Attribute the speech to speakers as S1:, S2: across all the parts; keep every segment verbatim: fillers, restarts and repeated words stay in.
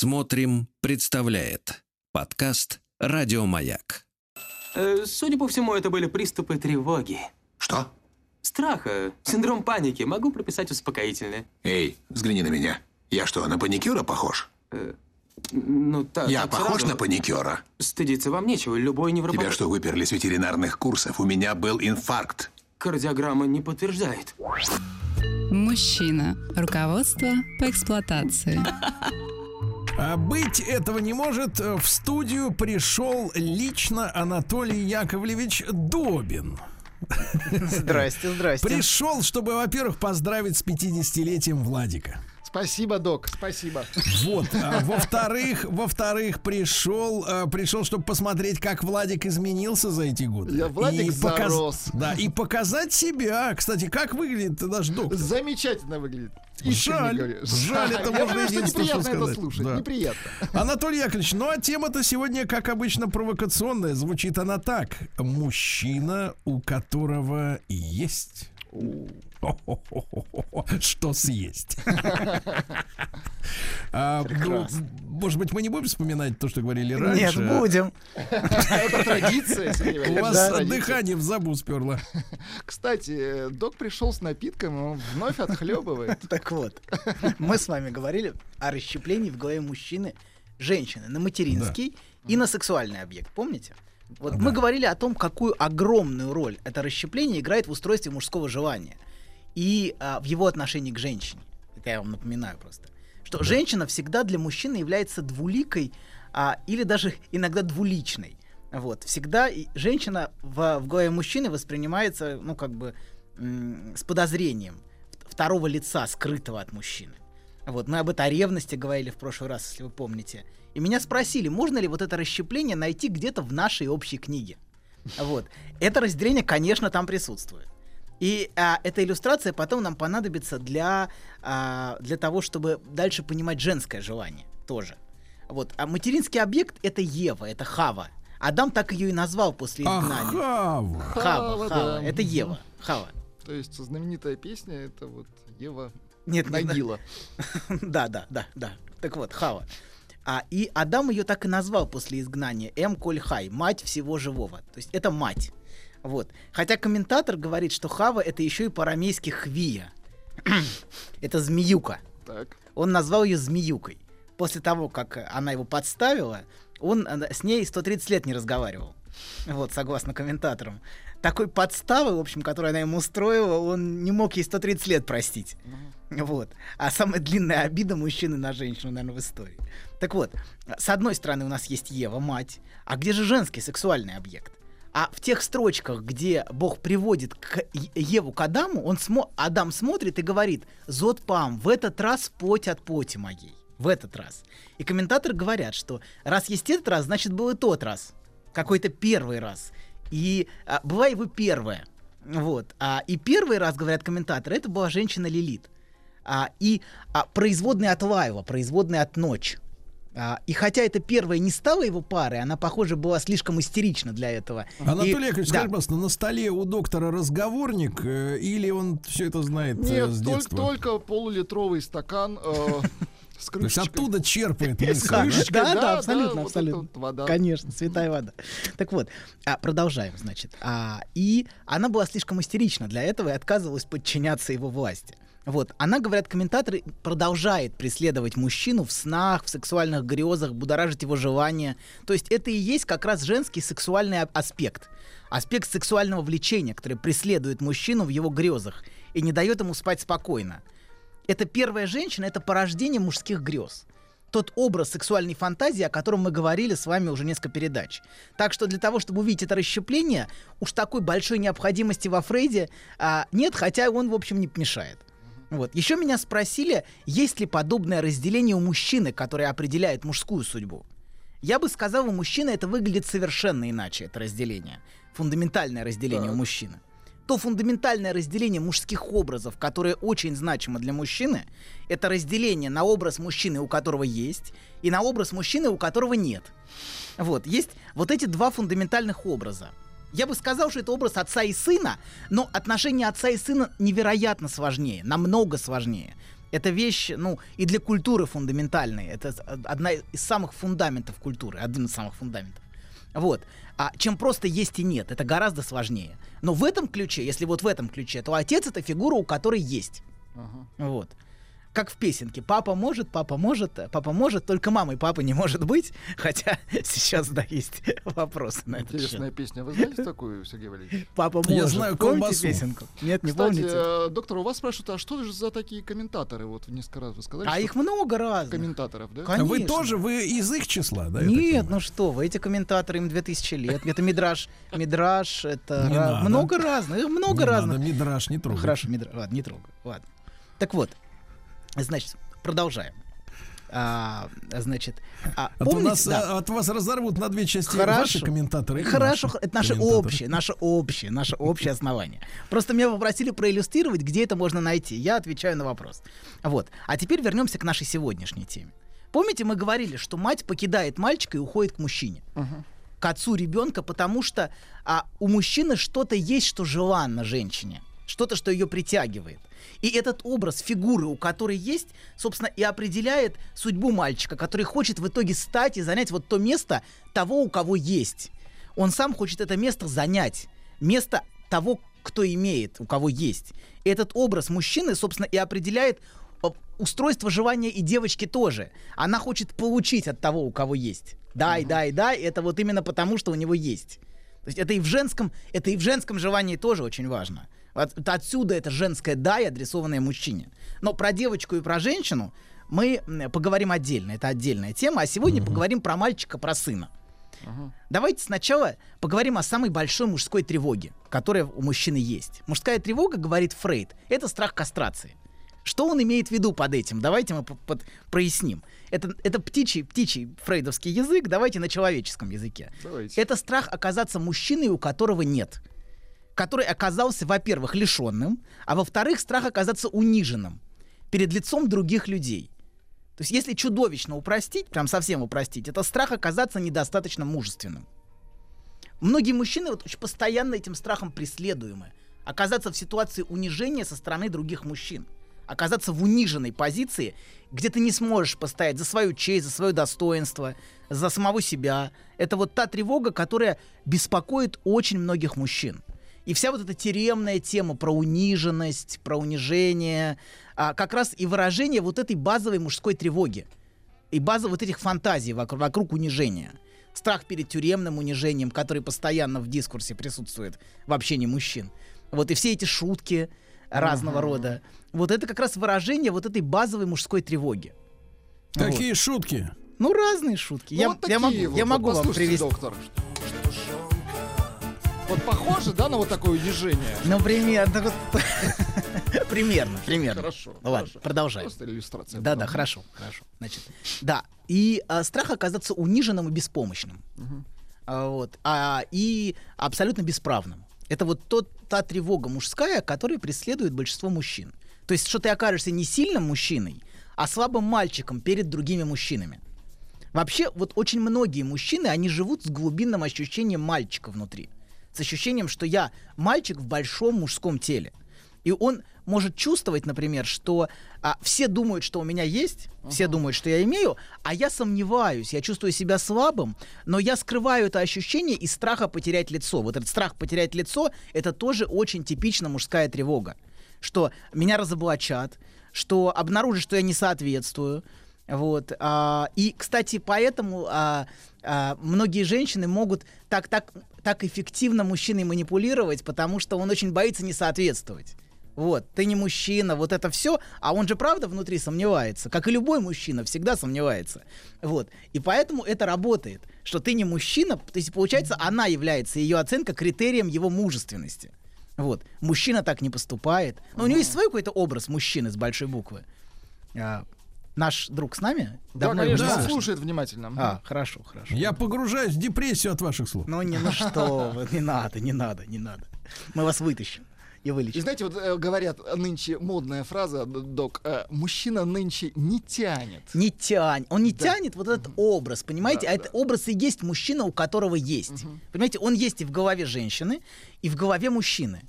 S1: Смотрим, представляет подкаст «Радио Маяк».
S2: Э, судя по всему, это были приступы тревоги.
S3: Что?
S2: Страха, синдром паники. Могу прописать успокоительное.
S3: Эй, взгляни на меня. Я что, на паникюра похож?
S2: Э, ну, так,
S3: Я
S2: так
S3: похож
S2: сразу.
S3: на паникюра?
S2: Стыдиться вам нечего. Любой невропатолог.
S3: Тебя что, выперли с ветеринарных курсов? У меня был инфаркт.
S2: Кардиограмма не подтверждает.
S4: Мужчина. Руководство по эксплуатации.
S5: А быть этого не может. В студию пришел лично Анатолий Яковлевич Добин.
S6: Здрасте, здрасте.
S5: Пришел, чтобы, во-первых, поздравить с пятидесятилетием Владика.
S6: Спасибо, док, спасибо.
S5: Вот. А во-вторых, во-вторых, пришел, а, пришел, чтобы посмотреть, как Владик изменился за эти годы.
S6: Я Владик
S5: и
S6: зарос.
S5: Да, и показать себя. Кстати, как выглядит наш доктор?
S6: Замечательно выглядит.
S5: Жаль,
S6: говорю.
S5: жаль, это
S6: Я
S5: можно
S6: понимаю, что
S5: единственное, что
S6: неприятно это
S5: сказать.
S6: слушать,
S5: Да.
S6: неприятно.
S5: Анатолий Яковлевич, ну а тема-то сегодня, как обычно, провокационная. Звучит она так. Мужчина, у которого есть... Что съесть? а, ну, может быть, мы не будем вспоминать то, что говорили раньше?
S6: Нет, будем. Это традиция.
S5: У вас дыхание в забу сперло.
S6: Кстати, док пришел с напитком, он вновь отхлебывает.
S7: Так вот, мы с вами говорили о расщеплении в голове мужчины, женщины на материнский и на сексуальный объект, помните? Вот мы говорили о том, какую огромную роль это расщепление играет в устройстве мужского желания и а, в его отношении к женщине. Это я вам напоминаю просто. Что да. женщина всегда для мужчины является двуликой а, или даже иногда двуличной. Вот. Всегда и женщина в, в голове мужчины воспринимается, ну, как бы м- с подозрением второго лица, скрытого от мужчины. Вот. Мы об этой ревности говорили в прошлый раз, если вы помните. И меня спросили, можно ли вот это расщепление найти где-то в нашей общей книге. Вот. Это разделение, конечно, там присутствует. И а, эта иллюстрация потом нам понадобится для, а, для того, чтобы дальше понимать женское желание тоже. Вот. А материнский объект — это Ева, это Хава. Адам так ее и назвал после изгнания.
S5: А, Хава.
S7: Хава,
S6: Хава,
S7: Хава.
S6: да.
S7: Это Ева, Хава.
S6: То есть знаменитая песня — это вот Ева
S7: Нет,
S6: Нагила.
S7: Да, да, да, да. Так вот, Хава. А, и Адам ее так и назвал после изгнания. Эм Коль Хай, мать всего живого. То есть это мать. Вот. Хотя комментатор говорит, что Хава — это еще и по-арамейски Хвия. Это змеюка.
S6: Так.
S7: Он назвал ее змеюкой. После того, как она его подставила, он с ней сто тридцать лет не разговаривал. Вот, согласно комментаторам. Такой подставы, в общем, которую она ему устроила, он не мог ей сто тридцать лет простить. Вот. А самая длинная обида мужчины на женщину, наверное, в истории. Так вот, с одной стороны у нас есть Ева, мать. А где же женский сексуальный объект? А в тех строчках, где Бог приводит к Еву к Адаму, он смо- Адам смотрит и говорит: «Зод пам, в этот раз плоть от плоти моей». В этот раз. И комментаторы говорят, что раз есть этот раз, значит, был и тот раз. Какой-то первый раз. И а, была его первая. Вот. А, и первый раз, говорят комментаторы, это была женщина Лилит. А, и а, производная от Лайла, производная от Ночь. А, и хотя это первая не стала его парой, она, похоже, была слишком истерична для этого.
S5: Анатолий
S7: И-
S5: Яковлевич,
S7: да.
S5: скажи, пожалуйста, на столе у доктора разговорник э, или он все это знает э,
S6: Нет,
S5: с
S6: только,
S5: детства?
S6: только полулитровый стакан э, с
S5: То есть
S6: крышечкой.
S5: оттуда черпает мысль,
S6: С
S5: да?
S6: крышечкой,
S7: Да, да, абсолютно,
S6: вот
S7: абсолютно.
S6: эта вот вода.
S7: Конечно, святая вода. Так вот, а, продолжаем, значит. А, и она была слишком истерична для этого и отказывалась подчиняться его власти. Вот. Она, говорят комментаторы, продолжает преследовать мужчину в снах, в сексуальных грезах, будоражить его желания. То есть это и есть как раз женский сексуальный а- аспект. Аспект сексуального влечения, который преследует мужчину в его грезах и не дает ему спать спокойно. Это первая женщина, это порождение мужских грез. Тот образ сексуальной фантазии, о котором мы говорили с вами уже несколько передач. Так что для того, чтобы увидеть это расщепление, уж такой большой необходимости во Фрейде а, нет, хотя он, в общем, не помешает. Вот. Еще меня спросили, есть ли подобное разделение у мужчины, которое определяет мужскую судьбу. Я бы сказал, у мужчины это выглядит совершенно иначе, это разделение. Фундаментальное разделение
S6: Так.
S7: у мужчины. То фундаментальное разделение мужских образов, которое очень значимо для мужчины, это разделение на образ мужчины, у которого есть, и на образ мужчины, у которого нет. Вот, есть вот эти два фундаментальных образа. Я бы сказал, что это образ отца и сына, но отношения отца и сына невероятно сложнее, намного сложнее. Это вещь, ну, и для культуры фундаментальная. Это одна из самых фундаментов культуры, один из самых фундаментов. Вот. А чем просто есть и нет, это гораздо сложнее. Но в этом ключе, если вот в этом ключе, то отец — это фигура, у которой есть.
S6: Ага.
S7: Вот. Как в песенке. Папа может, папа может, папа может, только мамой папы не может быть. Хотя сейчас, да, есть вопросы на это.
S6: Интересная песня. Вы знаете такую, Сергей Валерьевич?
S7: Папа может.
S5: Я знаю
S7: Помните
S5: колбасу.
S7: песенку? Нет, не
S6: Кстати,
S7: помните.
S6: э, доктор, у вас спрашивают, а что же за такие комментаторы? Вот несколько раз вы сказали,
S7: А
S6: что
S7: их много разных.
S6: комментаторов, да?
S7: Конечно.
S5: Вы тоже, вы из их числа, да? я так
S7: Нет,
S5: понимаю?
S7: ну что вы, эти комментаторы, им две тысячи лет. Это Мидраш, Мидраш, это
S5: Не
S7: ра-
S5: надо.
S7: много разных, их много
S5: Не
S7: разных.
S5: надо, мидраш не
S7: Ну,
S5: трогай.
S7: хорошо, Мидраш, ладно, не трогаю. Ладно. Так вот, значит, продолжаем. А, значит, а,
S5: А то
S7: помните,
S5: нас,
S7: да.
S5: а, от вас разорвут на две части
S7: Хорошо.
S5: ваши комментаторы. и
S7: Хорошо,
S5: наши
S7: это наше
S5: комментаторы.
S7: общее, наше общее, наше общее основание. Просто меня попросили проиллюстрировать, где это можно найти. Я отвечаю на вопрос. Вот. А теперь вернемся к нашей сегодняшней теме. Помните, мы говорили, что мать покидает мальчика и уходит к мужчине,
S6: Ага.
S7: к отцу ребенка, потому что а, у мужчины что-то есть, что желанно женщине, что-то, что ее притягивает. И этот образ фигуры, у которой есть, собственно, и определяет судьбу мальчика, который хочет в итоге стать и занять вот то место того, у кого есть. Он сам хочет это место занять, место того, кто имеет, у кого есть. И этот образ мужчины, собственно, и определяет о, устройство желания и девочки тоже. Она хочет получить от того, у кого есть. Дай, дай, дай, это вот именно потому, что у него есть. То есть это и в женском, это и в женском желании тоже очень важно. От, отсюда это женское «дай», адресованное мужчине. Но про девочку и про женщину мы м, поговорим отдельно. Это отдельная тема. А сегодня uh-huh. поговорим про мальчика, про сына. Uh-huh. Давайте сначала поговорим о самой большой мужской тревоге, которая у мужчины есть. Мужская тревога, говорит Фрейд, это страх кастрации. Что он имеет в виду под этим? Давайте мы под, проясним. Это, это птичий, птичий фрейдовский язык, давайте на человеческом языке.
S6: Давайте.
S7: Это страх оказаться мужчиной, у которого нет. Который оказался, во-первых, лишенным, а во-вторых, страх оказаться униженным перед лицом других людей. То есть если чудовищно упростить, прям совсем упростить, это страх оказаться недостаточно мужественным. Многие мужчины вот очень постоянно этим страхом преследуемы. Оказаться в ситуации унижения со стороны других мужчин. Оказаться в униженной позиции, где ты не сможешь постоять за свою честь, за свое достоинство, за самого себя. Это вот та тревога, которая беспокоит очень многих мужчин. И вся вот эта тюремная тема про униженность, про унижение, а, как раз и выражение вот этой базовой мужской тревоги. И база вот этих фантазий вокруг, вокруг унижения. Страх перед тюремным унижением, который постоянно в дискурсе присутствует в общении мужчин. Вот и все эти шутки разного uh-huh. рода. Вот это как раз выражение вот этой базовой мужской тревоги.
S5: Какие
S7: вот.
S5: шутки?
S7: Ну, разные шутки.
S6: Ну,
S7: я,
S6: вот
S7: я могу,
S6: такие вот,
S7: я
S6: вот
S7: могу вам
S6: послушайте,
S7: привести.
S6: доктор. Вот похоже, да, на вот такое унижение?
S7: Ну, примерно. Примерно, примерно.
S6: Хорошо.
S7: Ладно,
S6: хорошо.
S7: продолжаем.
S6: Просто иллюстрация.
S7: Да,
S6: была.
S7: да, хорошо, хорошо. Значит, да. И а, страх оказаться униженным и беспомощным.
S6: Мгм.
S7: А, вот, а, и абсолютно бесправным. Это вот тот, та тревога мужская, которая преследует большинство мужчин. То есть, что ты окажешься не сильным мужчиной, а слабым мальчиком перед другими мужчинами. Вообще, вот очень многие мужчины, они живут с глубинным ощущением мальчика внутри. С ощущением, что я мальчик в большом мужском теле. И он может чувствовать, например, что а, все думают, что у меня есть, uh-huh. все думают, что я имею, а я сомневаюсь, я чувствую себя слабым, но я скрываю это ощущение из страха потерять лицо. Вот этот страх потерять лицо — это тоже очень типично мужская тревога. Что меня разоблачат, что обнаружат, что я не соответствую. Вот. А, и, кстати, поэтому а, а, многие женщины могут так, так, так эффективно мужчиной манипулировать, потому что он очень боится не соответствовать. Вот, ты не мужчина, вот это все, а он же правда внутри сомневается, как и любой мужчина всегда сомневается. Вот, и поэтому это работает, что ты не мужчина, то есть получается, она является, ее оценка, критерием его мужественности. Вот, мужчина так не поступает. Но у него есть свой какой-то образ мужчины с большой буквы. А, наш друг с нами?
S6: Да,
S7: Давно
S6: конечно,
S7: его не
S6: он
S7: слышно.
S6: слушает внимательно.
S7: А, хорошо, хорошо.
S5: Я погружаюсь в депрессию от ваших слов.
S7: Ну, не, ну что вы, не надо, не надо, не надо. Мы вас вытащим и
S6: И
S7: вылечим.
S6: знаете, вот э, говорят нынче модная фраза, д- док, э, мужчина нынче не тянет.
S7: Не тянет. Он не
S6: Да.
S7: тянет вот этот образ, понимаете?
S6: Да,
S7: а этот образ и есть мужчина, у которого есть. Понимаете, он есть и в голове женщины, и в голове мужчины.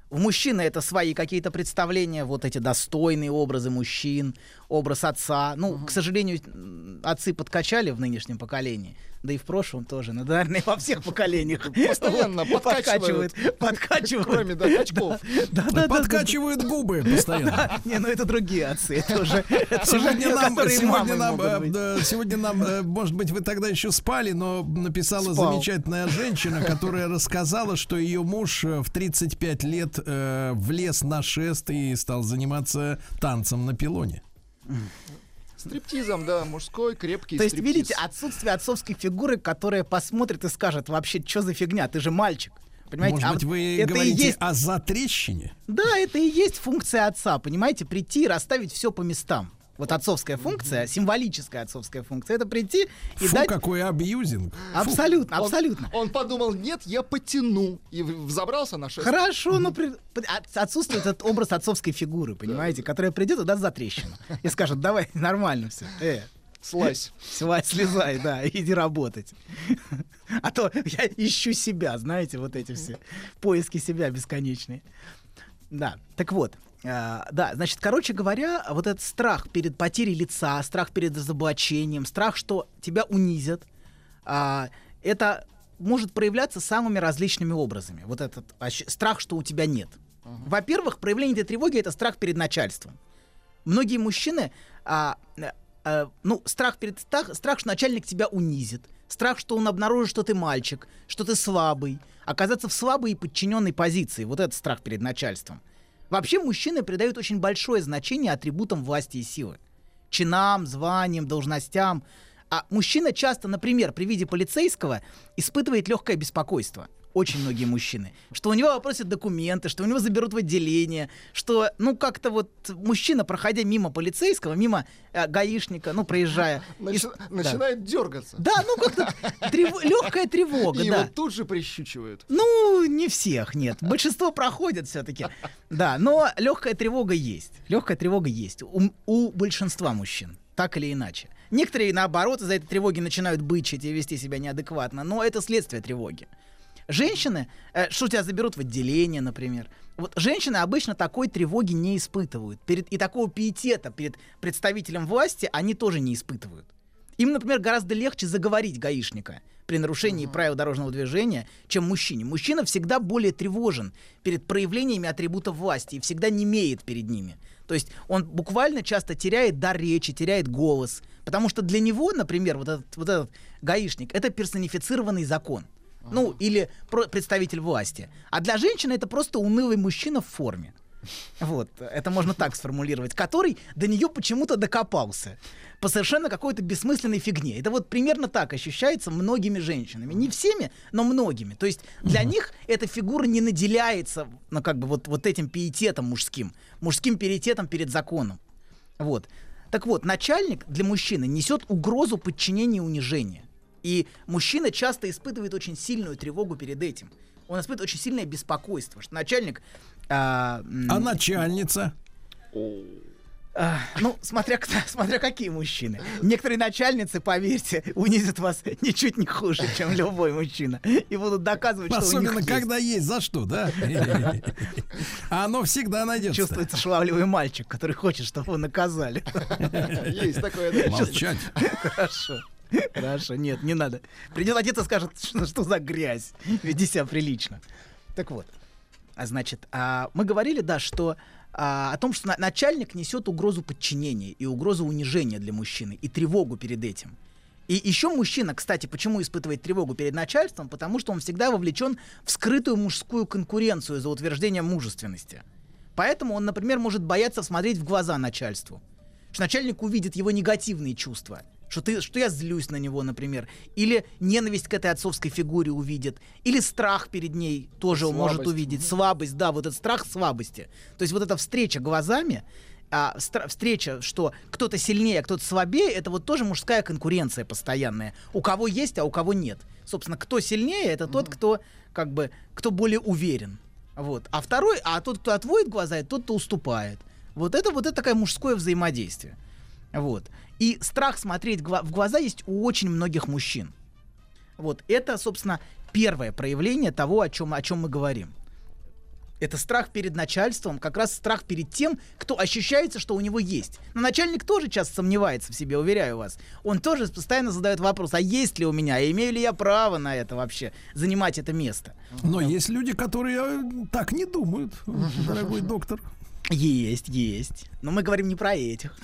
S7: У мужчины это свои какие-то представления, вот эти достойные образы мужчин, образ отца. Ну, угу. к сожалению, отцы подкачали в нынешнем поколении, да и в прошлом тоже, ну, наверное, во всех поколениях.
S6: Постоянно подкачивают.
S7: Подкачивают.
S6: Кроме очков.
S5: Подкачивают губы постоянно.
S7: Не, ну это другие отцы.
S5: Сегодня нам, может быть, вы тогда еще спали, но написала замечательная женщина, которая рассказала, что ее муж в тридцать пять лет влез на шест и стал заниматься танцем на пилоне.
S6: Стриптизом, да, мужской, крепкий
S7: То есть,
S6: стриптиз.
S7: видите, отсутствие отцовской фигуры, которая посмотрит и скажет, вообще, что за фигня, ты же мальчик. Понимаете?
S5: Может
S7: а
S5: быть,
S7: вот
S5: вы
S7: это
S5: говорите
S7: и есть...
S5: о затрещине?
S7: Да, это и есть функция отца, понимаете, прийти и расставить все по местам. Вот отцовская функция, mm-hmm. символическая отцовская функция, это прийти и
S5: Фу,
S7: дать...
S5: какой абьюзинг.
S7: Абсолютно,
S6: Он,
S7: абсолютно.
S6: Он подумал, нет, я потяну. И взобрался на шест.
S7: Хорошо, но при... отсутствует этот образ отцовской фигуры, понимаете, которая придет и даст затрещину. И скажет, давай, нормально все. Э,
S6: Слазь.
S7: Слазь, слезай, да, иди работать. А то я ищу себя, знаете, вот эти все поиски себя бесконечные. Да, так вот. Uh, да, значит, короче говоря, вот этот страх перед потерей лица, страх перед разоблачением, страх, что тебя унизят, uh, это может проявляться самыми различными образами. Вот этот ощ- страх, что у тебя нет. Uh-huh. Во-первых, проявление этой тревоги — это страх перед начальством. Многие мужчины, uh, uh, ну, страх перед страх, страх, что начальник тебя унизит, страх, что он обнаружит, что ты мальчик, что ты слабый, оказаться в слабой и подчиненной позиции. Вот это страх перед начальством. Вообще мужчины придают очень большое значение атрибутам власти и силы. Чинам, званиям, должностям. А мужчина часто, например, при виде полицейского испытывает легкое беспокойство. Очень многие мужчины. Что у него попросят документы, что у него заберут в отделение, что, ну, как-то вот мужчина, проходя мимо полицейского, мимо э, гаишника, ну, проезжая...
S6: Начи-
S7: и,
S6: начинает
S7: да.
S6: дергаться.
S7: Да, ну, как-то трев... легкая тревога,
S6: и
S7: да.
S6: его тут же прищучивают.
S7: Ну, не всех, нет. Большинство проходят все-таки. Да, но легкая тревога есть. Легкая тревога есть у, у большинства мужчин, так или иначе. Некоторые, наоборот, из-за этой тревоги начинают бычить и вести себя неадекватно, но это следствие тревоги. Женщины, э, что тебя заберут в отделение, например, вот женщины обычно такой тревоги не испытывают. Перед, и такого пиетета перед представителем власти они тоже не испытывают. Им, например, гораздо легче заговорить гаишника при нарушении uh-huh. правил дорожного движения, чем мужчине. Мужчина всегда более тревожен перед проявлениями атрибутов власти и всегда немеет перед ними. То есть он буквально часто теряет дар речи, теряет голос. Потому что для него, например, вот этот, вот этот гаишник — это персонифицированный закон. Ну, или про- представитель власти. А для женщины это просто унылый мужчина в форме. Вот, это можно так сформулировать. Который до нее почему-то докопался. По совершенно какой-то бессмысленной фигне. Это вот примерно так ощущается многими женщинами. Не всеми, но многими. То есть для uh-huh. них эта фигура не наделяется, ну, как бы вот, вот этим пиететом мужским. Мужским пиететом перед законом. Вот. Так вот, начальник для мужчины несет угрозу подчинения и унижения. И мужчина часто испытывает очень сильную тревогу перед этим. Он испытывает очень сильное беспокойство, что начальник... А,
S5: а начальница?
S7: А, ну, смотря, смотря какие мужчины. Некоторые начальницы, поверьте, унизят вас ничуть не хуже, чем любой мужчина. И будут доказывать, что
S5: особенно,
S7: у них есть.
S5: когда есть за что, да? А оно всегда найдется.
S7: Чувствуется шаловливый мальчик, который хочет, чтобы его наказали.
S6: Есть такое, да.
S5: Молчать.
S7: Хорошо. Хорошо, нет, не надо. Придет отец и скажет, что, что за грязь. Веди себя прилично. Так вот, а значит, а, мы говорили, да, что а, о том, что на, начальник несет угрозу подчинения и угрозу унижения для мужчины, и тревогу перед этим. И еще мужчина, кстати, почему испытывает тревогу перед начальством? Потому что он всегда вовлечен в скрытую мужскую конкуренцию за утверждение мужественности. Поэтому он, например, может бояться смотреть в глаза начальству. Что начальник увидит его негативные чувства. Что, ты, что я злюсь на него, например. Или ненависть к этой отцовской фигуре увидит. Или страх перед ней тоже слабость. Он может увидеть. Слабость, да, вот этот страх слабости. То есть вот эта встреча глазами, а, стра- встреча, что кто-то сильнее, а кто-то слабее, это вот тоже мужская конкуренция постоянная. У кого есть, а у кого нет. Собственно, кто сильнее, это тот, кто, как бы, кто более уверен. Вот. А второй, а тот, кто отводит глаза, это тот, кто уступает. Вот это вот это такое мужское взаимодействие. Вот. И страх смотреть в глаза есть у очень многих мужчин. Вот. Это, собственно, первое проявление того, о чем, о чем мы говорим. Это страх перед начальством, как раз страх перед тем, кто ощущается, что у него есть. Но начальник тоже часто сомневается в себе, уверяю вас. Он тоже постоянно задает вопрос, а есть ли у меня, имею ли я право на это вообще, занимать это место.
S5: Но есть люди, которые так не думают, дорогой доктор.
S7: Есть, есть. Но мы говорим не про этих.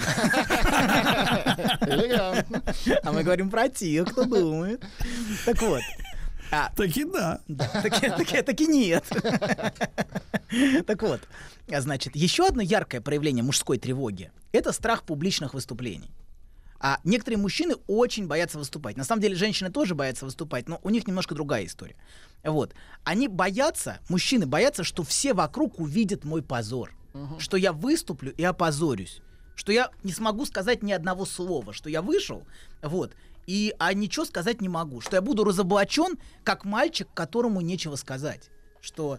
S6: Элегантно.
S7: А мы говорим про тех, кто думает. Так вот. А,
S5: таки да.
S7: Да, таки, таки, таки нет. Так вот, а значит, еще одно яркое проявление мужской тревоги — это страх публичных выступлений. А некоторые мужчины очень боятся выступать. На самом деле женщины тоже боятся выступать, но у них немножко другая история. Вот. Они боятся, мужчины боятся, что все вокруг увидят мой позор. Uh-huh. Что я выступлю и опозорюсь. Что я не смогу сказать ни одного слова. Что я вышел, вот, и, а ничего сказать не могу. Что я буду разоблачен, как мальчик, которому нечего сказать. Что,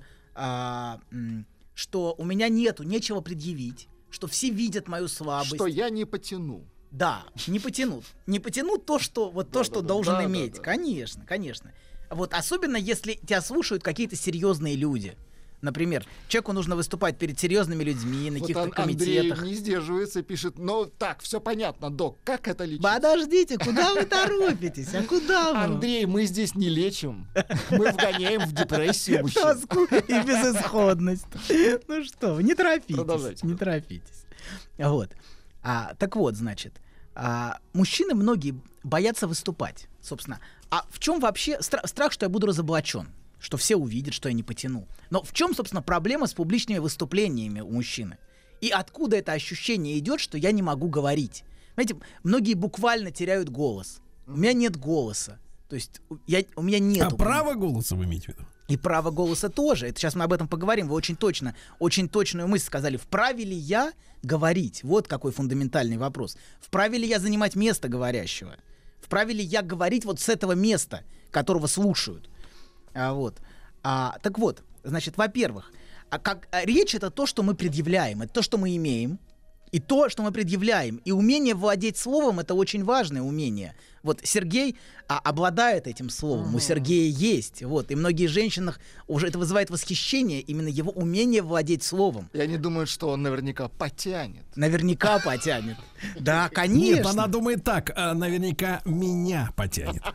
S7: а, м, что у меня нету, нечего предъявить. Что все видят мою слабость.
S6: Что я не потяну.
S7: Да, не потянут. Не потянут то, что, вот то,
S6: да,
S7: что
S6: да,
S7: должен
S6: да,
S7: иметь.
S6: Да, да.
S7: Конечно, конечно. Вот особенно, если тебя слушают какие-то серьезные люди. Например, человеку нужно выступать перед серьезными людьми на
S6: вот
S7: каких-то
S6: он,
S7: комитетах.
S6: Андрей не сдерживается и пишет: ну так, все понятно, док, как это лечить?
S7: Подождите, куда вы торопитесь? А куда вы?
S6: Андрей, мы здесь не лечим. Мы вгоняем в депрессию мужчин.
S7: Тоску и безысходность. Ну что вы, не торопитесь.
S6: Продолжайте.
S7: Не торопитесь. Вот. А, так вот, значит, а, мужчины многие боятся выступать, собственно. А в чем вообще стра- страх, что я буду разоблачен? Что все увидят, что я не потяну. Но в чем, собственно, проблема с публичными выступлениями у мужчины? И откуда это ощущение идет, что я не могу говорить? Знаете, многие буквально теряют голос. У меня нет голоса. То есть я, у меня нет...
S5: А право голоса вы имеете в виду?
S7: И право голоса тоже. Это сейчас мы об этом поговорим. Вы очень точно, очень точную мысль сказали. Вправе ли я говорить? Вот какой фундаментальный вопрос. Вправе ли я занимать место говорящего? Вправе ли я говорить вот с этого места, которого слушают? А, вот. А, так вот, значит, во-первых, а как, а речь — это то, что мы предъявляем, это то, что мы имеем, и то, что мы предъявляем. И умение владеть словом — это очень важное умение. Вот Сергей а, обладает этим словом, uh-huh. у Сергея есть. Вот. И многие женщины уже это вызывает восхищение, именно его умение владеть словом.
S6: И они думают, что он наверняка потянет.
S7: Наверняка потянет. Да, конечно.
S5: Нет, она думает так, наверняка меня потянет.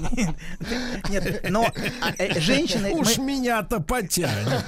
S7: Нет, но женщины...
S5: Уж меня-то потянет.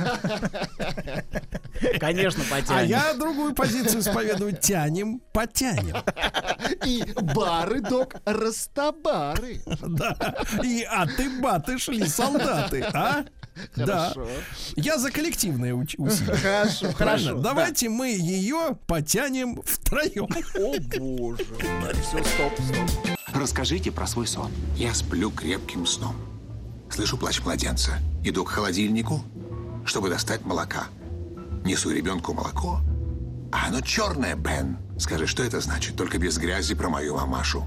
S7: Конечно, потянет.
S5: А я другую позицию исповедую: тянем, потянем.
S6: И бары, док, растабары.
S5: Да. И аты-баты шли солдаты, а? Да. Я за коллективное уч- усилие.
S7: Хорошо, хорошо.
S5: Давайте да. мы ее потянем втроем.
S6: О боже. Все, стоп, стоп.
S3: Расскажите про свой сон. Я сплю крепким сном. Слышу плач младенца. Иду к холодильнику, чтобы достать молока. Несу ребенку молоко. А оно черное, Бен. Скажи, что это значит? Только без грязи про мою мамашу.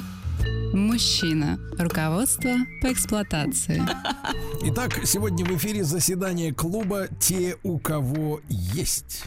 S4: Мужчина. Руководство по эксплуатации.
S5: Итак, сегодня в эфире заседание клуба «Те, у кого есть».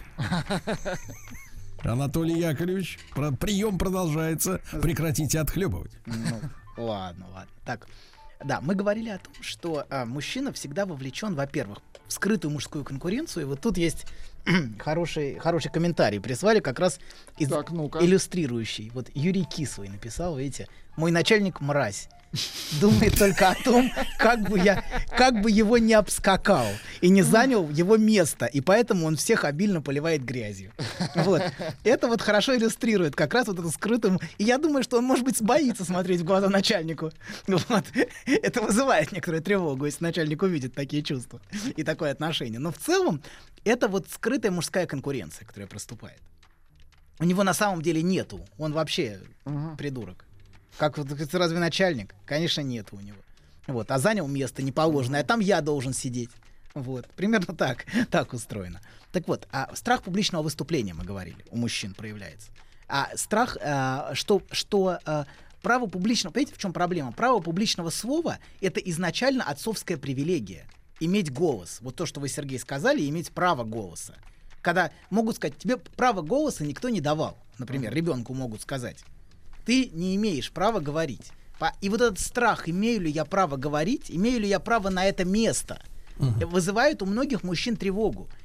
S5: Анатолий Яковлевич, прием продолжается. Прекратите отхлебывать.
S7: Ну, ладно, ладно. Так, да, мы говорили о том, что а, мужчина всегда вовлечен, во-первых, в скрытую мужскую конкуренцию. И вот тут есть хороший, хороший комментарий. Прислали как раз из,
S6: так,
S7: иллюстрирующий. Вот Юрий Кислый написал, видите, мой начальник мразь. Думает только о том, как бы я, как бы его не обскакал и не занял его место, и поэтому он всех обильно поливает грязью. Вот. Это вот хорошо иллюстрирует как раз вот эту скрытую... И я думаю, что он, может быть, боится смотреть в глаза начальнику. Вот. Это вызывает некоторую тревогу, если начальник увидит такие чувства и такое отношение. Но в целом это вот скрытая мужская конкуренция, которая проступает. У него на самом деле нету. Он вообще uh-huh. придурок. Как вот, разве начальник? Конечно, нет у него. Вот, а занял место неположенное, а там я должен сидеть. Вот, примерно так, так устроено. Так вот, а страх публичного выступления, мы говорили, у мужчин проявляется. А страх, а, что, что а, право публичного... Понимаете, в чем проблема? Право публичного слова — это изначально отцовская привилегия. Иметь голос. Вот то, что вы, Сергей, сказали, иметь право голоса. Когда могут сказать, тебе право голоса никто не давал. Например, ребенку могут сказать. Ты не имеешь права говорить. И вот этот страх, имею ли я право говорить, имею ли я право на это место, uh-huh. вызывает у многих мужчин тревогу.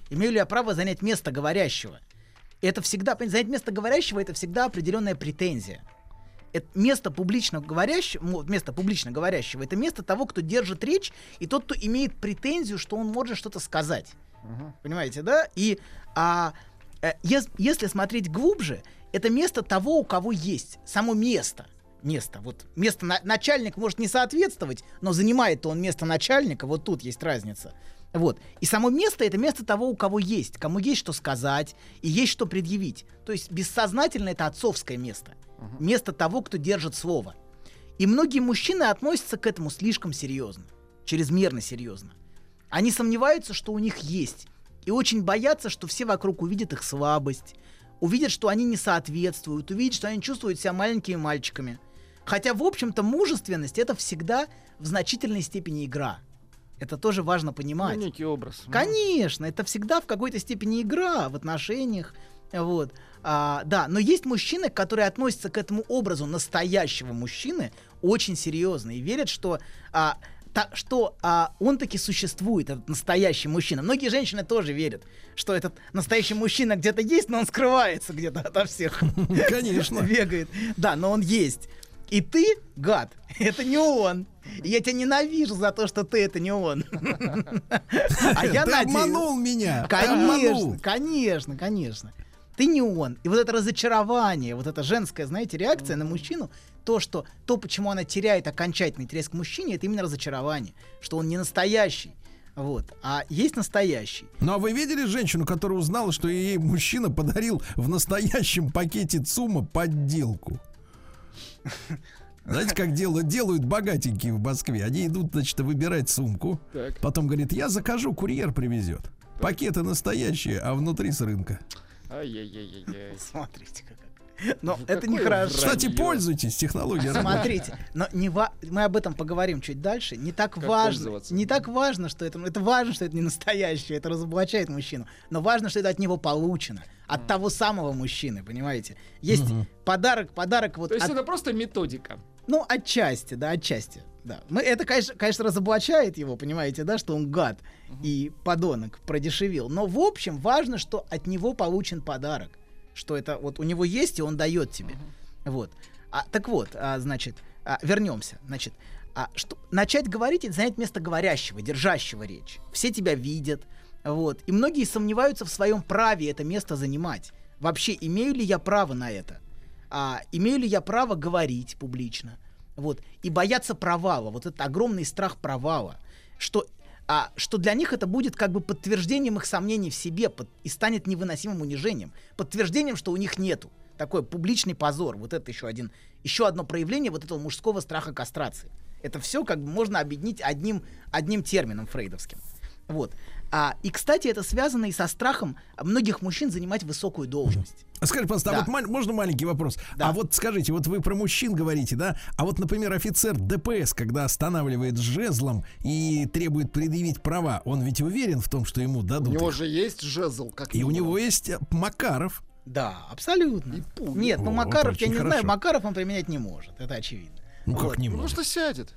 S7: Имею ли я право занять место говорящего? Это всегда, понимаете, занять место говорящего — это всегда определенная претензия. Это место публично говорящего, место публично говорящего — это место того, кто держит речь, и тот, кто имеет претензию, что он может что-то сказать. Uh-huh. Понимаете, да? И а, э, ес, если смотреть глубже, это место того, у кого есть само место. Место. Вот место на, начальник может не соответствовать, но занимает он место начальника. Вот тут есть разница. Вот. И само место — это место того, у кого есть, кому есть что сказать и есть что предъявить. То есть бессознательно это отцовское место. Uh-huh. Место того, кто держит слово. И многие мужчины относятся к этому слишком серьезно, чрезмерно серьезно. Они сомневаются, что у них есть, и очень боятся, что все вокруг увидят их слабость, увидят, что они не соответствуют, увидят, что они чувствуют себя маленькими мальчиками. Хотя, в общем-то, мужественность — это всегда в значительной степени игра. Это тоже важно понимать.
S6: Ну, некий образ.
S7: Конечно, это всегда в какой-то степени игра в отношениях. Вот. А, да, но есть мужчины, которые относятся к этому образу настоящего мужчины очень серьезно и верят, что, а, та, что а, он таки существует, этот настоящий мужчина. Многие женщины тоже верят, что этот настоящий мужчина где-то есть, но он скрывается где-то ото всех.
S5: Конечно.
S7: Бегает. Да, но он есть. И ты, гад, это не он. И я тебя ненавижу за то, что ты это не он.
S5: А я ты обманул меня.
S7: Конечно, конечно, конечно. Ты не он. И вот это разочарование, вот эта женская, знаете, реакция на мужчину, то, что, то, почему она теряет окончательный интерес к мужчине, это именно разочарование, что он не настоящий. Вот. А есть настоящий.
S5: Ну а вы видели женщину, которая узнала, что ей мужчина подарил в настоящем пакете ЦУМа подделку? Знаете, как делают, делают богатенькие в Москве? Они идут, значит, выбирать сумку. Так. Потом говорит, я закажу, курьер привезет. Так. Пакеты настоящие, а внутри с рынка.
S6: Ай-яй-яй-яй.
S7: Смотрите, как. Но ну, это нехорошо.
S5: Кстати, пользуйтесь технологией.
S7: Смотрите, но не ва- мы об этом поговорим чуть дальше. Не так как важно, не так важно, что это, это важно, что это не настоящее, это разоблачает мужчину. Но важно, что это от него получено, от mm. того самого мужчины, понимаете? Есть mm-hmm. подарок, подарок вот.
S6: То есть
S7: от...
S6: это просто методика.
S7: Ну, отчасти, да, отчасти, да. Мы, это, конечно, конечно, разоблачает его, понимаете, да, что он гад uh-huh. и подонок, продешевил. Но, в общем, важно, что от него получен подарок. Что это вот у него есть, и он дает тебе. Uh-huh. Вот. А, так вот, а, значит, а, вернемся. Значит, а, что, начать говорить — это занять место говорящего, держащего речь. Все тебя видят. Вот. И многие сомневаются в своем праве это место занимать. Вообще, имею ли я право на это? А, имею ли я право говорить публично? Вот. И бояться провала. Вот это огромный страх провала. Что, а, что для них это будет как бы подтверждением их сомнений в себе под, и станет невыносимым унижением. Подтверждением, что у них нету. Такой публичный позор. Вот это еще, один, еще одно проявление вот этого мужского страха кастрации. Это все как бы можно объединить одним, одним термином фрейдовским. Вот. А, и, кстати, это связано и со страхом многих мужчин занимать высокую должность.
S5: Скажите, пожалуйста, да. а вот ма- можно маленький вопрос? Да. А вот скажите, вот вы про мужчин говорите, да? А вот, например, офицер ДПС, когда останавливает с жезлом и требует предъявить права, он ведь уверен в том, что ему дадут.
S6: У него
S5: их.
S6: же есть жезл, как
S5: и у него есть Макаров.
S7: Да, абсолютно. Нет, ну Макаров, вот, я не хорошо. знаю, Макаров он применять не может, это очевидно.
S5: Ну вот. Как не
S6: может?
S5: Потому
S6: что сядет.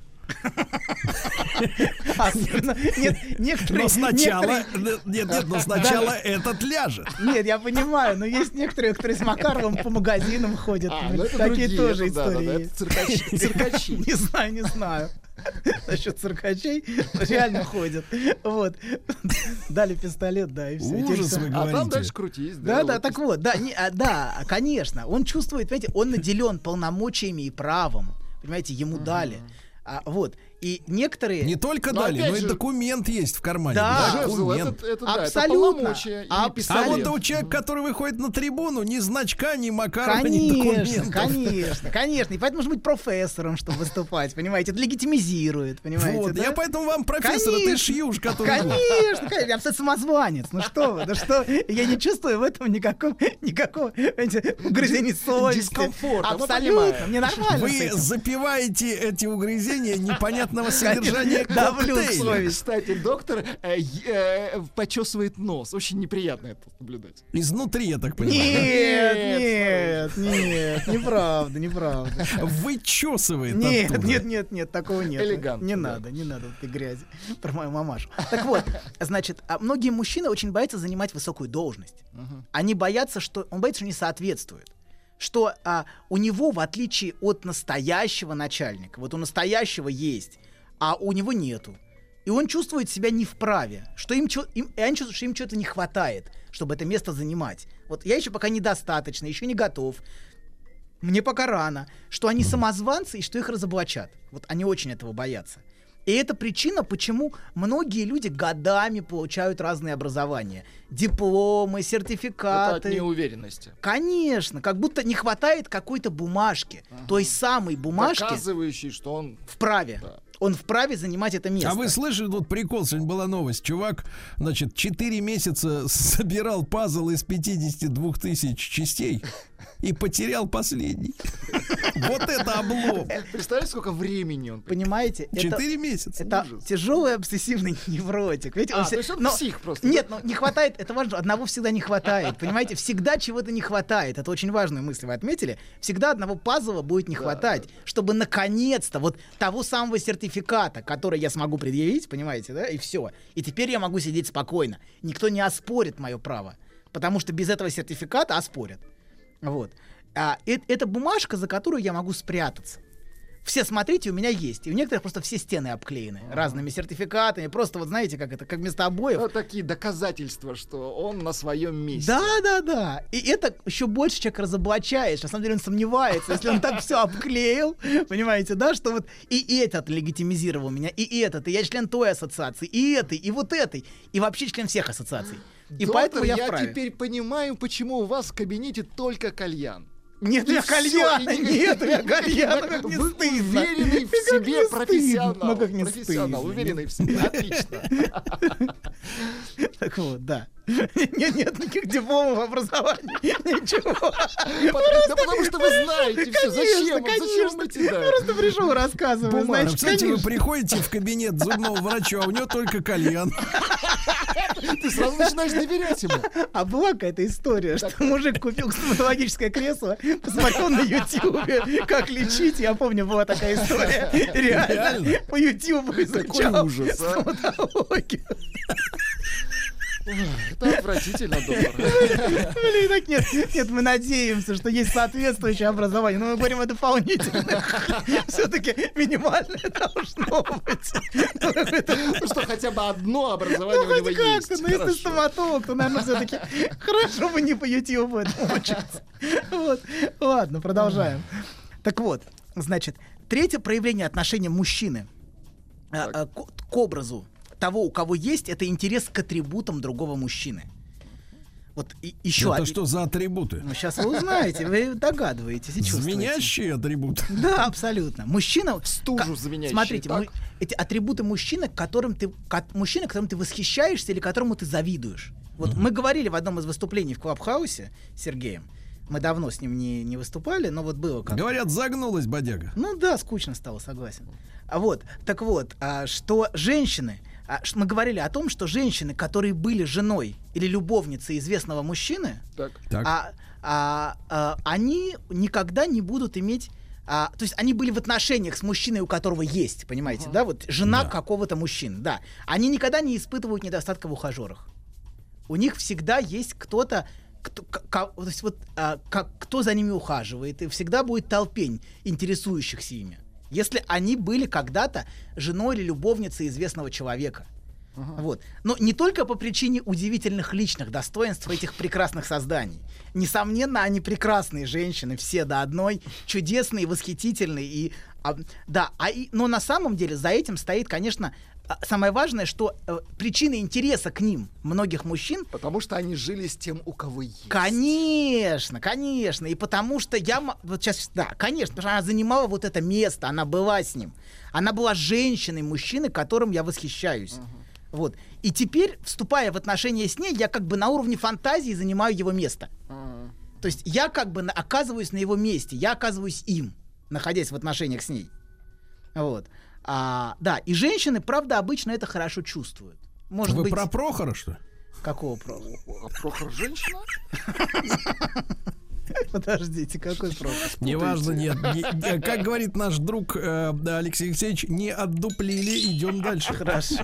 S7: Нет, некоторые...
S5: Но сначала, нет, нет, но сначала этот ляжет.
S7: Нет, я понимаю, но есть некоторые, которые с Макаровым по магазинам ходят. Такие тоже истории есть.
S6: Циркачи.
S7: Не знаю, не знаю. Насчет циркачей реально ходят. Вот. Дали пистолет, да, и все.
S5: Ужас, вы говорите.
S6: А там дальше крутись.
S7: Да, да, так вот, да, да, конечно. Он чувствует, понимаете, он наделен полномочиями и правом. Понимаете, ему дали. А, вот. И некоторые...
S5: Не только но дали, но и же... документ есть в кармане.
S7: Да,
S5: документ.
S6: Это, это, да,
S7: абсолютно.
S6: Это
S5: а вот у человека, который выходит на трибуну, ни значка, ни Макарова,
S7: конечно,
S5: ни документов.
S7: Конечно, конечно. И поэтому может быть профессором, чтобы выступать, понимаете. Это легитимизирует, понимаете. Вот,
S5: да? Я поэтому вам профессора, ты шьюш, который...
S7: Конечно, конечно. Я абсолютно самозванец. Ну что вы, да что? Я не чувствую в этом никакого, никакого, понимаете, угрызений совести.
S6: Дискомфорта.
S7: Абсолютно. Мне нормально.
S5: Вы запиваете эти угрызения употребления непонятного содержания
S7: Давлю в
S5: коктейля.
S7: совесть.
S6: Кстати, доктор э, э, почесывает нос. Очень неприятно это наблюдать.
S5: Изнутри, я так понимаю.
S7: Нет, нет, нет, неправда, неправда.
S5: Вычесывает
S7: Нет,
S5: оттуда.
S7: нет, нет, нет, такого нет.
S6: Элегантно,
S7: Не
S6: да.
S7: надо, не надо вот этой грязи про мою мамашу. Так вот, значит, а многие мужчины очень боятся занимать высокую должность. Они боятся, что он боится, что не соответствует. Что а, у него, в отличие от настоящего начальника, вот у настоящего есть, а у него нету. И он чувствует себя не вправе, что им, чё- им, и они чувствуют, что им чего-то не хватает, чтобы это место занимать. Вот я еще пока недостаточно, еще не готов. Мне пока рано, что они самозванцы и что их разоблачат. Вот они очень этого боятся. И это причина, почему многие люди годами получают разные образования. Дипломы,
S6: Это от
S7: сертификаты.
S6: неуверенности.
S7: Конечно, как будто не хватает какой-то бумажки. Той самой бумажки
S6: Доказывающий, что он...
S7: вправе.
S6: Да.
S7: Он вправе занимать это место.
S5: А вы слышали, тут прикол, сегодня была новость. Чувак, значит, четыре месяца собирал пазл из пятидесяти двух тысяч частей и потерял последний. Вот это облом.
S6: Представляете, сколько времени он...
S7: Понимаете? Это-
S5: Четыре месяца.
S7: Это тяжелый обсессивный невротик. Видите,
S6: А,
S7: он
S6: то
S7: все-
S6: есть он
S7: но-
S6: псих просто.
S7: Нет, но не хватает, это важно, одного всегда не хватает, понимаете? Всегда чего-то не хватает. Это очень важную мысль вы отметили. Всегда одного пазла будет не хватать, чтобы наконец-то вот того самого сертификата, который я смогу предъявить, понимаете, да, и все. И теперь я могу сидеть спокойно. Никто не оспорит мое право, потому что без этого сертификата оспорят. Вот. А, э- это бумажка, за которую я могу спрятаться. Все, смотрите, у меня есть. И у некоторых просто все стены обклеены разными сертификатами. Просто вот знаете, как это, как вместо обоев.
S6: Вот такие доказательства, что он на своем месте.
S7: Да, да, да. И это еще больше человек разоблачаешь. На самом деле он сомневается, если он так все обклеил, понимаете, да, что вот и этот легитимизировал меня, и этот, и я член той ассоциации, и этой, и вот этой, и вообще член всех ассоциаций. И
S6: Доктор,
S7: поэтому я
S6: я
S7: вправе.
S6: теперь понимаю, почему у вас в кабинете только кальян.
S7: Нет у меня
S6: И всё,
S7: кальяна,
S6: и не-
S7: нет у меня кальяна, как не
S6: Вы
S7: стыдно.
S6: уверенный в
S7: Как
S6: себе
S7: не стыдно.
S6: профессионал.
S7: Ну как не
S6: Профессионал,
S7: стыдно.
S6: уверенный в себе. Отлично.
S7: Так вот, да. Нет, нет никаких дипломов образования. Ничего.
S6: Да потому что вы знаете все. Зачем?
S7: Конечно,
S6: Зачем вам эти да?
S7: Просто пришел, рассказываю.
S5: Бумага.
S7: Значит,
S5: Кстати, вы
S7: конечно.
S5: приходите в кабинет зубного врача, а у него только кальян.
S6: Ты сразу начинаешь доверять ему.
S7: А была какая-то история, что мужик купил стоматологическое кресло, посмотрел на Ютьюбе, как лечить. Я помню, была такая история. Реально. По Ютьюбу изучал
S6: ужас, а.
S7: стоматологию.
S6: Это отвратительно, доктор.
S7: Блин, так нет, нет, мы надеемся, что есть соответствующее образование, но мы говорим о дополнительных. Все-таки минимальное должно быть.
S6: Ну что, хотя бы одно образование
S7: Ну,
S6: у него
S7: хоть
S6: есть.
S7: как-то, но если
S6: Хорошо.
S7: стоматолог, то, наверное, все-таки хорошо бы не по Ютьюбу это учиться. Вот. Ладно, продолжаем. Так вот, значит, третье проявление отношения мужчины а, а, к, к образу того, у кого есть, это интерес к атрибутам другого мужчины. Вот и, еще
S5: Это
S7: од-
S5: что за атрибуты?
S7: Ну, сейчас вы узнаете, вы догадываетесь и чувствуете.
S5: Звенящие атрибуты.
S7: Да, абсолютно. Мужчина...
S6: Стужу
S7: ка-
S6: звенящий,
S7: Смотрите,
S6: так?
S7: му- эти атрибуты мужчины, которым ты, ко- мужчина, которым ты восхищаешься или которому ты завидуешь. Вот мы говорили в одном из выступлений в Клабхаусе с Сергеем. Мы давно с ним не, не выступали, но вот было как.
S5: Говорят, загнулась бодяга.
S7: Ну да, скучно стало, согласен. А вот, так вот, а, что женщины, а, ш- мы говорили о том, что женщины, которые были женой или любовницей известного мужчины,
S6: Так.
S5: Так.
S7: а, а, а, они никогда не будут иметь... а, то есть они были в отношениях с мужчиной, у которого есть, понимаете, да, вот жена
S5: Да.
S7: какого-то мужчины, да. Они никогда не испытывают недостатка в ухажерах. У них всегда есть кто-то, кто, к- ко- то есть вот, а, как, кто за ними ухаживает, и всегда будет толпень интересующихся ими. Если они были когда-то женой или любовницей известного человека. Вот. Но не только по причине удивительных личных достоинств этих прекрасных созданий. Несомненно, они прекрасные женщины, все до одной, чудесные, восхитительные. И, а, да, а и, но на самом деле за этим стоит, конечно, а, самое важное, что э, причина интереса к ним многих мужчин.
S6: Потому что они жили с тем, у кого есть.
S7: Конечно, конечно. И потому что я... м- Вот сейчас, да, конечно, потому что она занимала вот это место, она была с ним. Она была женщиной, мужчиной, которым я восхищаюсь. Вот. И теперь, вступая в отношения с ней, я как бы на уровне фантазии занимаю его место.
S6: Ага.
S7: То есть я как бы на- оказываюсь на его месте, я оказываюсь им, находясь в отношениях с ней. Вот. А, да, и женщины, правда, обычно это хорошо чувствуют. Может
S5: Вы
S7: быть...
S5: про Прохора, что ли?
S7: Какого Прохора?
S6: А Прохор женщина?
S7: Подождите, какой Прохор?
S5: Неважно, нет. Не, как говорит наш друг э, Алексей Алексеевич, не отдуплили, идем дальше.
S7: Хорошо.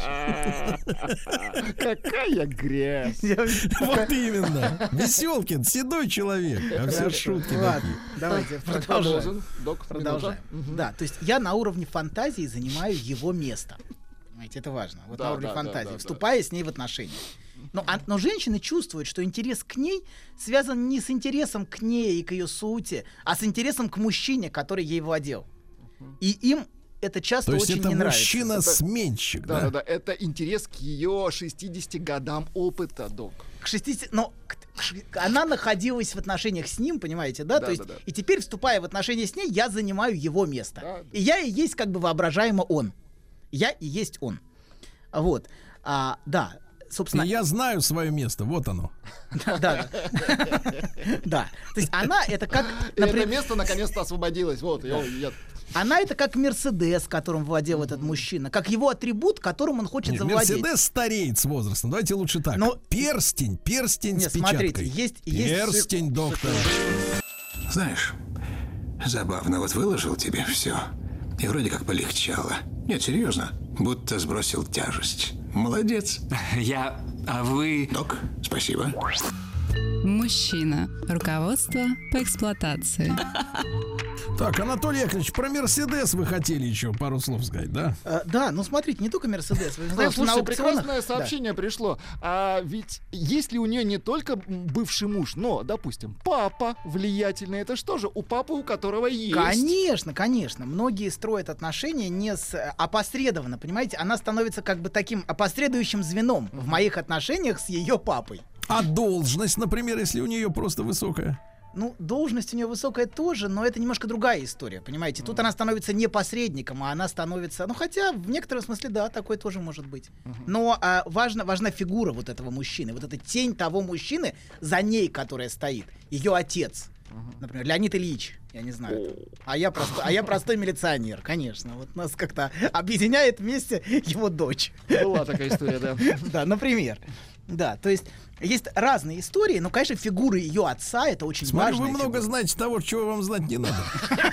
S6: Какая грязь.
S5: Вот именно. Веселкин, седой человек. А все шутки
S7: Ладно,
S5: такие.
S7: давайте продолжаем.
S6: Продолжим. Док,
S7: Продолжаем.
S6: минута.
S7: Да, то есть я на уровне фантазии занимаю его место. Понимаете, это важно. Вот
S6: Да,
S7: на уровне
S6: да, да,
S7: фантазии,
S6: да, да.
S7: вступая с ней в отношения. Но, а- но женщины чувствуют, что интерес к ней связан не с интересом к ней и к ее сути, а с интересом к мужчине, который ей владел. И им это часто
S5: То есть
S7: очень
S5: это
S7: не нравится.
S5: мужчина-сменщик,
S6: Да,
S5: да?
S6: да, да. Это интерес к ее шестидесяти годам опыта, док.
S7: К шестидесяти, но к- к ш- она находилась в отношениях с ним, понимаете, да?
S6: Да,
S7: То есть,
S6: да, да.
S7: и теперь, вступая в отношения с ней, я занимаю его место.
S6: Да, да.
S7: И я и есть как бы воображаемо он. Я и есть он. Вот. А, да, собственно...
S5: И я знаю свое место, вот оно.
S7: Да, да. Да. То есть она это как...
S6: И это
S7: например,
S6: место наконец-то освободилось. Вот, я- я-
S7: она это как Мерседес, которым владел этот мужчина, как его атрибут, которым он хочет
S5: Нет,
S7: завладеть.
S5: Мерседес стареет с возрастом. Давайте лучше так.
S7: Но-
S5: Перстень, перстень
S7: Нет,
S5: с печаткой.
S7: смотрите, есть- есть-
S5: Перстень, доктор.
S3: Знаешь, забавно, вот выложил тебе все, и вроде как полегчало. Нет, серьезно, будто сбросил тяжесть. Молодец.
S2: Я... А вы...
S3: Док, спасибо.
S4: Мужчина. Руководство по эксплуатации.
S5: Так, Анатолий Яковлевич, про Мерседес вы хотели еще пару слов сказать, да?
S7: Э, да, ну смотрите, не только Мерседес. Вы
S6: Да,
S7: знаете, что на
S6: слушайте,
S7: аукционах...
S6: прекрасное сообщение пришло. А ведь если у нее не только бывший муж, но, допустим, папа влиятельный, это что же? У папы, у которого есть.
S7: Конечно, конечно. Многие строят отношения не с опосредованно, понимаете? Она становится как бы таким опосредующим звеном в моих отношениях с ее папой.
S5: А должность, например, если у нее просто высокая?
S7: Ну, должность у нее высокая тоже, но это немножко другая история, понимаете? Тут она становится не посредником, а она становится... Ну, хотя в некотором смысле, да, такое тоже может быть. Но а, важна, важна фигура вот этого мужчины, вот эта тень того мужчины, за ней, которая стоит, ее отец. Например, Леонид Ильич, я не знаю. А я, простой, а я простой милиционер, конечно. Вот нас как-то объединяет вместе его дочь.
S6: Была такая история, да.
S7: Да, например. Да, то есть есть разные истории, но, конечно, фигуры ее отца — это очень
S5: Смотрю,
S7: важная
S5: вы много
S7: фигура.
S5: знаете того, чего вам знать не надо.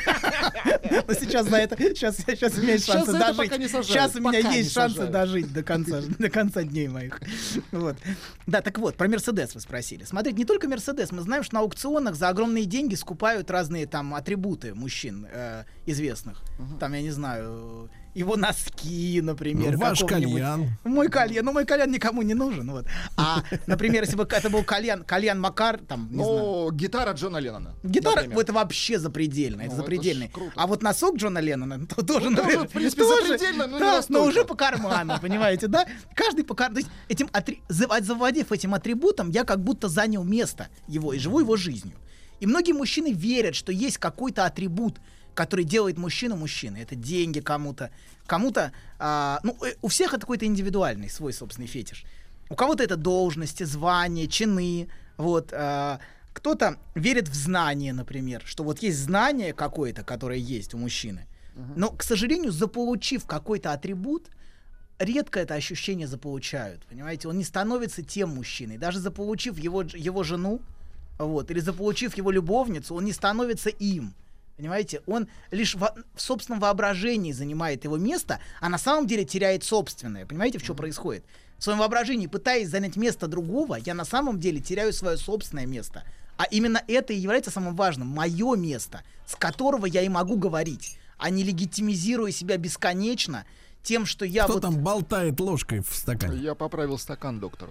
S7: Но сейчас за это, сейчас, сейчас у меня есть
S6: Сейчас
S7: шансы
S6: за это
S7: дожить.
S6: пока не сажают,
S7: Сейчас у меня
S6: пока
S7: есть
S6: не
S7: шансы
S6: сажают.
S7: дожить до конца, до конца дней моих. Вот. Да, так вот, про Мерседес вы спросили. Смотрите, не только Мерседес, мы знаем, что на аукционах за огромные деньги скупают разные там атрибуты мужчин э, известных. Там, я не знаю, его носки, например.
S5: Ну, ваш
S7: какого-нибудь-
S5: кальян.
S7: Мой кальян, ну мой кальян никому не нужен. Вот. А, например, если бы это был кальян, кальян Макар, там, не знаю.
S6: Ну, гитара Джона Леннона.
S7: Гитара,
S6: например.
S7: это вообще запредельно, это
S6: Ну, это
S7: запредельно.
S6: ж круто.
S7: А вот носок Джона Леннона, то тоже,
S6: Ну, тоже,
S7: наверное,
S6: в принципе,
S7: тоже,
S6: запредельно, но не
S7: да,
S6: настолько.
S7: но уже по карману, понимаете, да? Каждый по карману. То есть этим атри- зав- завладев этим атрибутом, я как будто занял место его и живу его жизнью. И многие мужчины верят, что есть какой-то атрибут, который делает мужчину мужчиной. Это деньги кому-то, кому-то, а, ну, э, у всех это какой-то индивидуальный свой собственный фетиш. У кого-то это должности, звания, чины, вот. а, кто-то верит в знание, например, что вот есть знание какое-то, которое есть у мужчины. Но, к сожалению, заполучив какой-то атрибут, редко это ощущение заполучают, понимаете? Он не становится тем мужчиной. Даже заполучив его, дж- его жену, вот, или заполучив его любовницу, он не становится им. Понимаете, он лишь во- в собственном воображении занимает его место, а на самом деле теряет собственное. Понимаете, в чем происходит? В своем воображении, пытаясь занять место другого, я на самом деле теряю свое собственное место. А именно это и является самым важным. Мое место, с которого я и могу говорить, а не легитимизируя себя бесконечно тем, что я
S5: Кто
S7: вот...
S5: там болтает ложкой в стакане?
S6: Я поправил стакан доктору.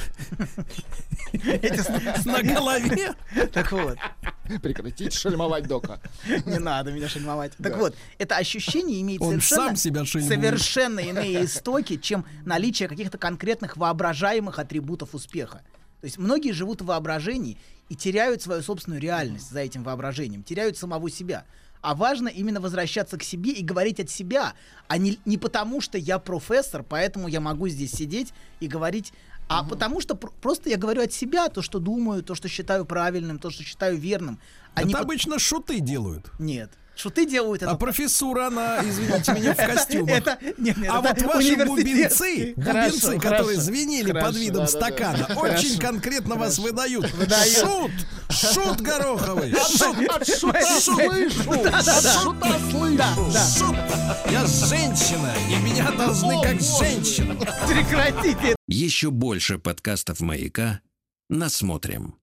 S5: На голове?
S7: Так вот.
S6: Прекратите шельмовать дока.
S7: Не надо меня шельмовать. Так
S6: Да.
S7: вот, это ощущение имеет
S5: Он
S7: совершенно,
S5: сам себя шельмует.
S7: совершенно иные истоки, чем наличие каких-то конкретных воображаемых атрибутов успеха. То есть многие живут в воображении и теряют свою собственную реальность за этим воображением, теряют самого себя. А важно именно возвращаться к себе и говорить от себя, а не, не потому, что я профессор, поэтому я могу здесь сидеть и говорить, а потому что пр- просто я говорю от себя то, что думаю, то, что считаю правильным, то, что считаю верным. А
S5: Это
S7: не по-
S5: обычно шуты делают.
S7: Нет. шуты делают это.
S5: А профессура, она, извините меня, в костюмах.
S7: Это, нет, нет,
S5: А
S7: это
S5: вот ваши бубенцы,
S7: университетский.
S5: бубенцы,
S7: Хорошо,
S5: которые
S7: хорошо.
S5: звенели под
S6: Хорошо,
S5: видом
S6: да, да,
S5: стакана,
S6: да.
S5: очень
S6: Хорошо.
S5: конкретно вас выдают.
S7: Выдают.
S5: Шут! Шут гороховый! Шут!
S6: От шута слышу! От шута слышу!
S5: Шут! Я женщина, и меня должны как женщину.
S7: Прекратите.
S1: Еще больше подкастов «Маяка» насмотрим.